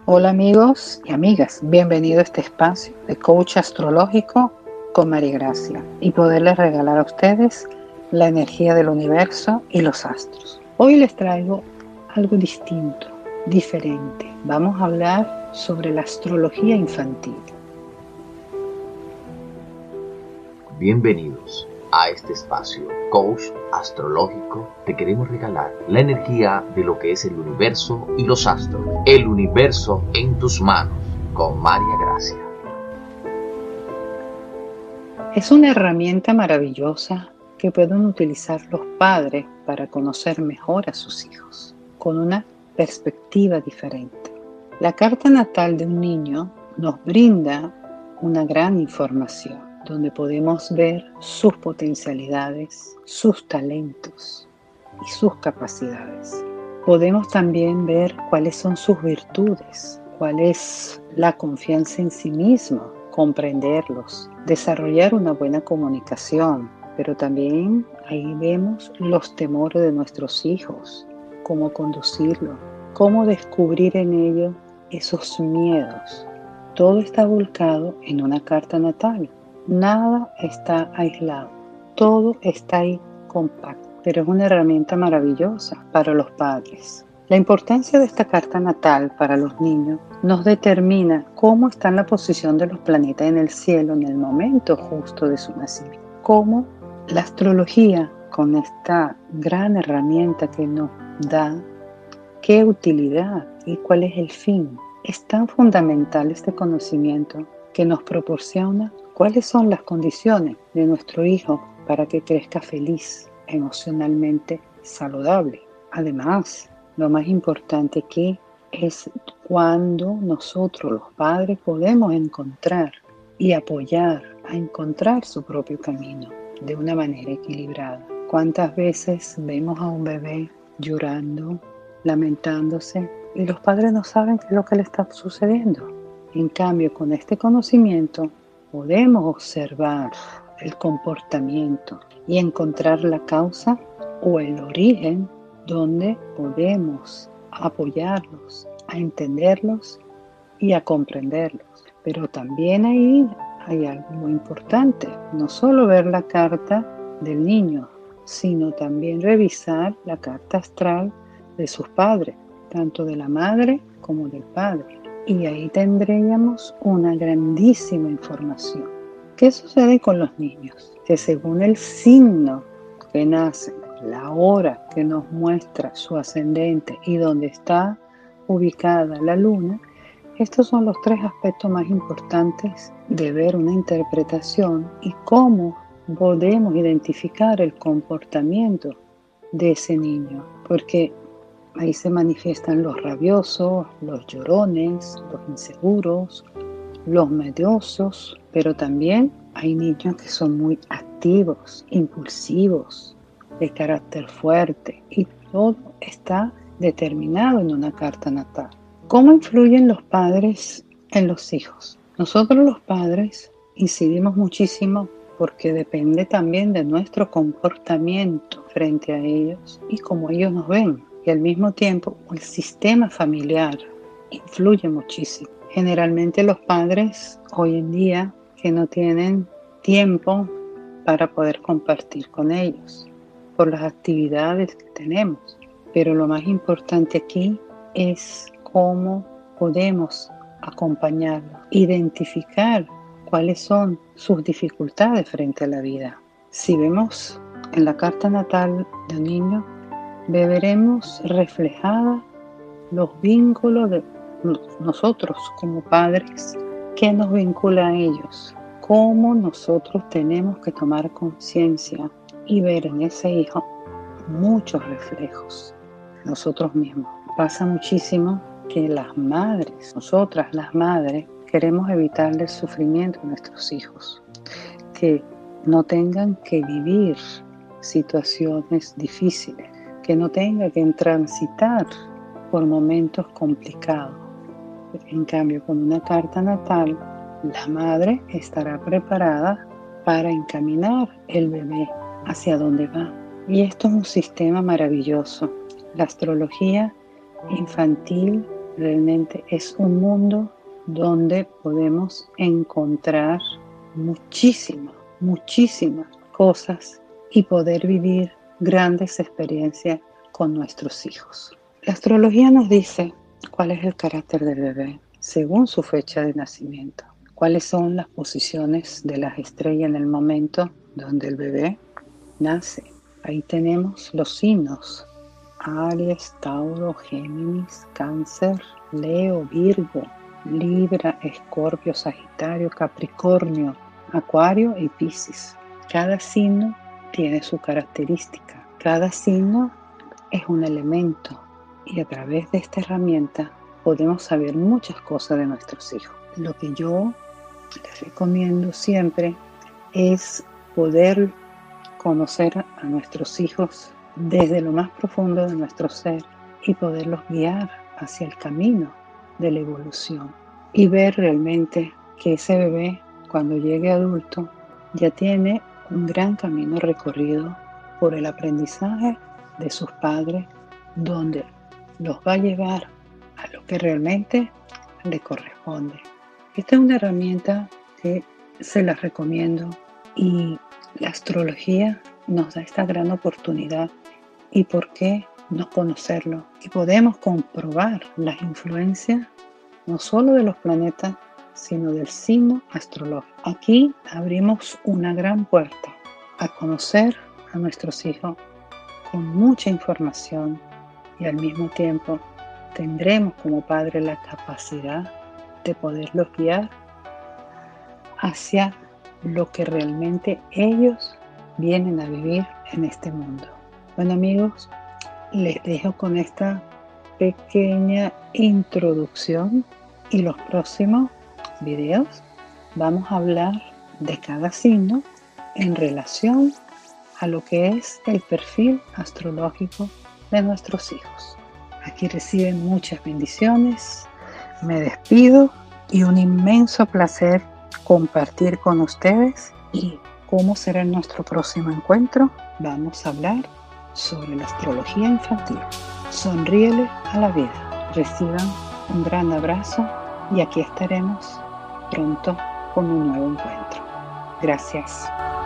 Hola amigos y amigas, bienvenido a este espacio de coach astrológico con María Gracia y poderles regalar a ustedes la energía del universo y los astros. Hoy les traigo algo distinto, diferente. Vamos a hablar sobre la astrología infantil. Bienvenidos a este espacio coach astrológico. Te queremos regalar la energía de lo que es el universo y los astros. El universo en tus manos con María Gracia. Es una herramienta maravillosa que pueden utilizar los padres para conocer mejor a sus hijos, con una perspectiva diferente. La carta natal de un niño nos brinda una gran información, donde podemos ver sus potencialidades, sus talentos y sus capacidades. Podemos también ver cuáles son sus virtudes, cuál es la confianza en sí mismo, comprenderlos, desarrollar una buena comunicación, pero también ahí vemos los temores de nuestros hijos, cómo conducirlos, cómo descubrir en ellos esos miedos. Todo está volcado en una carta natal. Nada está aislado, todo está ahí compacto, pero es una herramienta maravillosa para los padres. La importancia de esta carta natal para los niños nos determina cómo está en la posición de los planetas en el cielo en el momento justo de su nacimiento. Cómo la astrología, con esta gran herramienta que nos da, qué utilidad y cuál es el fin. Es tan fundamental este conocimiento que nos proporciona cuáles son las condiciones de nuestro hijo para que crezca feliz, emocionalmente saludable. Además, lo más importante que es cuando nosotros los padres podemos encontrar y apoyar a encontrar su propio camino de una manera equilibrada. ¿Cuántas veces vemos a un bebé llorando, lamentándose, y los padres no saben qué es lo que le está sucediendo? En cambio, con este conocimiento podemos observar el comportamiento y encontrar la causa o el origen donde podemos apoyarlos, a entenderlos y a comprenderlos. Pero también ahí hay algo muy importante, no solo ver la carta del niño, sino también revisar la carta astral de sus padres, tanto de la madre como del padre. Y ahí tendríamos una grandísima información. ¿Qué sucede con los niños? Que según el signo que nacen, la hora que nos muestra su ascendente y donde está ubicada la luna, estos son los tres aspectos más importantes de ver una interpretación y cómo podemos identificar el comportamiento de ese niño, porque ahí se manifiestan los rabiosos, los llorones, los inseguros, los mediosos, pero también hay niños que son muy activos, impulsivos, de carácter fuerte, y todo está determinado en una carta natal. ¿Cómo influyen los padres en los hijos? Nosotros los padres incidimos muchísimo porque depende también de nuestro comportamiento frente a ellos y cómo ellos nos ven. Y al mismo tiempo el sistema familiar influye muchísimo. Generalmente los padres hoy en día que no tienen tiempo para poder compartir con ellos por las actividades que tenemos. Pero lo más importante aquí es cómo podemos acompañarlos, identificar cuáles son sus dificultades frente a la vida. Si vemos en la carta natal de un niño, veremos reflejada los vínculos de nosotros como padres, qué nos vincula a ellos, cómo nosotros tenemos que tomar conciencia y ver en ese hijo muchos reflejos nosotros mismos. Pasa muchísimo que las madres, nosotras las madres, queremos evitarle el sufrimiento a nuestros hijos, que no tengan que vivir situaciones difíciles, que no tengan que transitar por momentos complicados. En cambio, con una carta natal, la madre estará preparada para encaminar el bebé hacia donde va. Y esto es un sistema maravilloso. La astrología infantil Realmente es un mundo donde podemos encontrar muchísimas cosas y poder vivir grandes experiencias con nuestros hijos. La astrología nos dice cuál es el carácter del bebé según su fecha de nacimiento, cuáles son las posiciones de las estrellas en el momento donde el bebé nace. Ahí tenemos los signos: Aries, Tauro, Géminis, Cáncer, Leo, Virgo, Libra, Escorpio, Sagitario, Capricornio, Acuario y Piscis. Cada signo tiene su característica. Cada signo es un elemento y a través de esta herramienta podemos saber muchas cosas de nuestros hijos. Lo que yo les recomiendo siempre es poder conocer a nuestros hijos desde lo más profundo de nuestro ser y poderlos guiar hacia el camino de la evolución y ver realmente que ese bebé, cuando llegue adulto, ya tiene un gran camino recorrido por el aprendizaje de sus padres, donde los va a llevar a lo que realmente le corresponde. Esta es una herramienta que se las recomiendo y la astrología nos da esta gran oportunidad. ¿Y por qué no conocerlo? Y podemos comprobar las influencias no solo de los planetas, sino del signo astrológico. Aquí abrimos una gran puerta a conocer a nuestros hijos con mucha información y al mismo tiempo tendremos como padres la capacidad de poderlos guiar hacia lo que realmente ellos vienen a vivir en este mundo. Bueno, amigos, les dejo con esta pequeña introducción y los próximos videos vamos a hablar de cada signo en relación a lo que es el perfil astrológico de nuestros hijos. Aquí reciben muchas bendiciones, me despido y un inmenso placer compartir con ustedes. ¿Y cómo será nuestro próximo encuentro? Vamos a hablar sobre la astrología infantil. Sonríele a la vida. Reciban un gran abrazo y aquí estaremos pronto con un nuevo encuentro. Gracias.